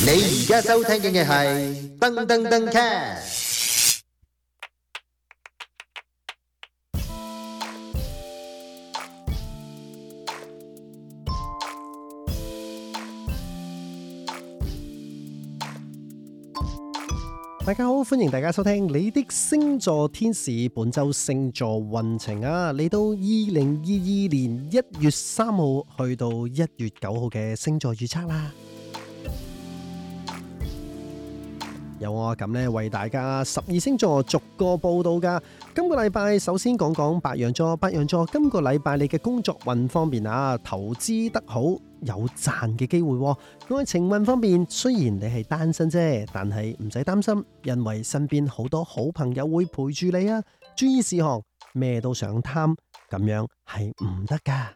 你而家收聽嘅係噔噔噔 cast。 大家好，歡迎大家收聽你的星座天使本周星座運程啊！嚟到2022年1月3號去到1月9號嘅星座預測啦。有我阿感呢為大家12星座逐個報道噶。今個禮拜首先講講白羊座。白羊座今個禮拜你嘅工作運方面啊，投資得好，有賺嘅機會喎。愛情運方面，雖然你係單身啫，但係唔使擔心，因為身邊好多好朋友會陪住你啊。注意事項，咩都想貪，咁樣係唔得噶。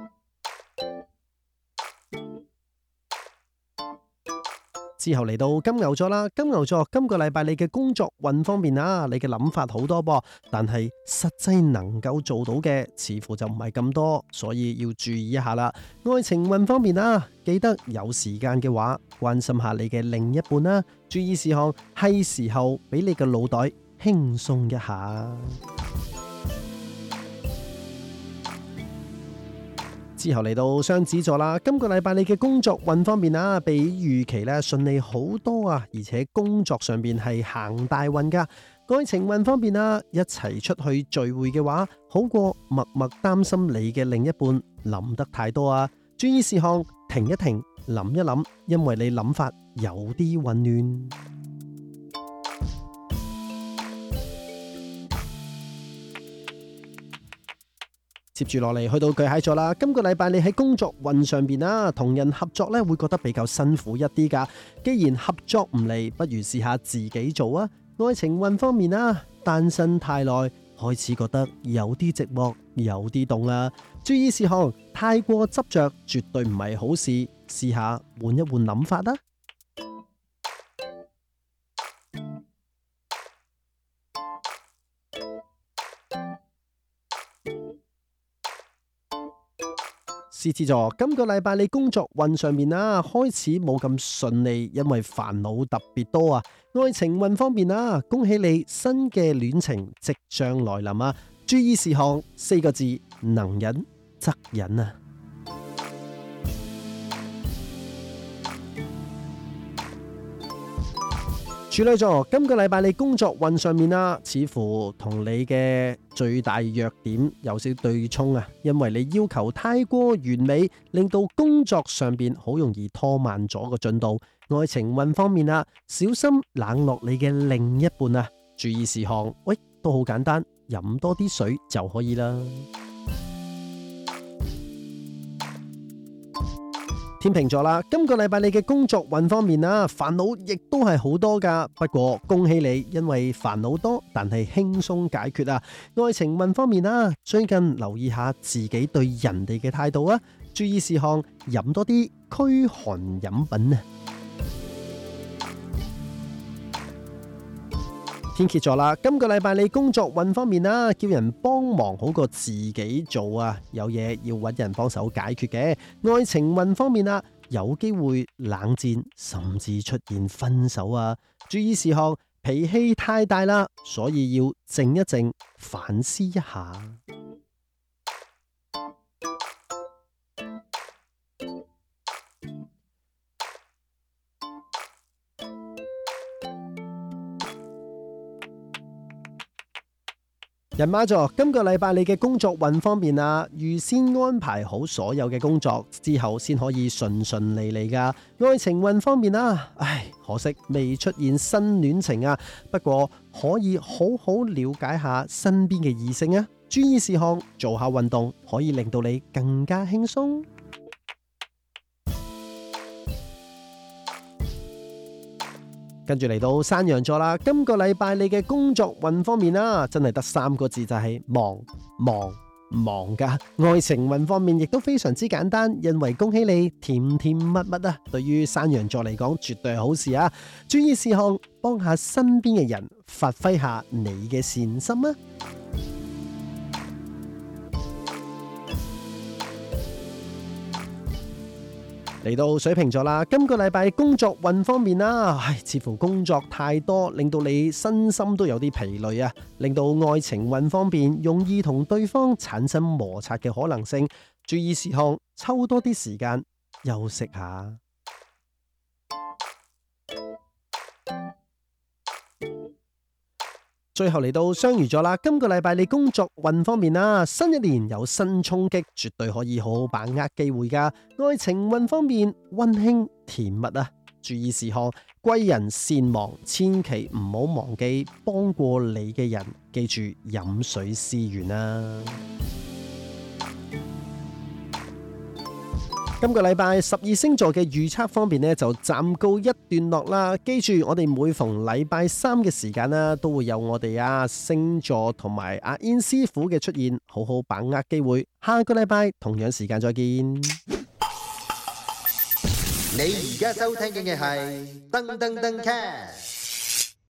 之後嚟到金牛座啦，金牛座今個禮拜你嘅工作運方面啊，你嘅諗法好多噃，但係實際能夠做到嘅似乎就唔係咁多，所以要注意一下啦。愛情運方面啊，記得有時間嘅話，關心下你嘅另一半啦。注意事項，係時候俾你嘅腦袋輕鬆一下。之後嚟到雙子座啦，今個禮拜你嘅工作運方面啊，比預期咧順利好多啊，而且工作上邊係行大運噶。愛情運方面啊，一齊出去聚會嘅話，好過默默擔心你嘅另一半諗得太多啊。注意事項，停一停，諗一諗，因為你諗法有啲混亂。接住落嚟去到巨蟹座啦，今個禮拜你喺工作運上邊啊，同人合作咧會覺得比較辛苦一啲噶。既然合作唔嚟，不如試下自己做啊。愛情運方面啊，單身太耐，開始覺得有啲寂寞，有啲凍啦。注意事項，太過執着絕對唔係好事，試下換一換諗法啦。獅子座今個禮拜你工作運上面啊，開始冇咁順利，因為煩惱特別多啊。愛情運方面啊，恭喜你新嘅戀情即將來臨啊。注意事項4個字，能忍則忍啊。處女座今個禮拜你工作運上面啊，似乎同你嘅最大弱點有少對沖啊，因為你要求太過完美，令到工作上邊好容易拖慢咗個進度。愛情運方面啊，小心冷落你嘅另一半啊。注意事項，都好簡單，飲多啲水就可以啦。天秤座啦，今個禮拜你嘅工作運方面啊，煩惱亦都係好多噶。不過恭喜你，因為煩惱多，但係輕鬆解決啊。愛情運方面啊，最近留意下自己對人哋嘅態度啊。注意事項，飲多啲驅寒飲品啊。天蠍座啦，今個禮拜你工作運方面啊，叫人幫忙好過自己做啊，有嘢要搵人幫手解決嘅。愛情運方面啊，有機會冷戰，甚至出現分手啊。注意事項，脾氣太大啦，所以要靜一靜，反思一下。人馬座今個禮拜你嘅工作運方面啊，預先安排好所有嘅工作之後，先可以順順利利噶。愛情運方面啊，可惜未出現新戀情啊，不過可以好好了解下身邊嘅異性啊。注意事項，做下運動可以令到你更加輕鬆。跟住嚟到山羊座啦，今個禮拜你嘅工作運方面啊，真係得3個字，就係忙忙忙噶。愛情運方面亦都非常之簡單，因為恭喜你甜甜蜜蜜啊，對於山羊座嚟講絕對係好事啊。注意事項，幫下身邊嘅人，發揮下你嘅善心啊。 嚟到水瓶座啦，今個禮拜工作運方面啦，似乎工作太多，令到你身心都有啲疲累啊，令到愛情運方面容易同對方產生摩擦嘅可能性。注意事項，抽多啲時間休息下。最後嚟到雙魚座啦，今個禮拜你工作運方面啦，新一年有新衝擊，絕對可以好好把握機會噶。愛情運方面溫馨甜蜜啊，注意事項，貴人善忘，千祈唔好忘記幫過你嘅人，記住飲水思源啊。今個禮拜12星座嘅預測方面呢，就暫告一段落啦。記住，我哋每逢禮拜三嘅時間啦，都會有我哋星座同埋阿 In 師傅嘅出現，好好把握機會。下個禮拜同樣時間再見。 你而家收聽嘅係噔噔噔 cast。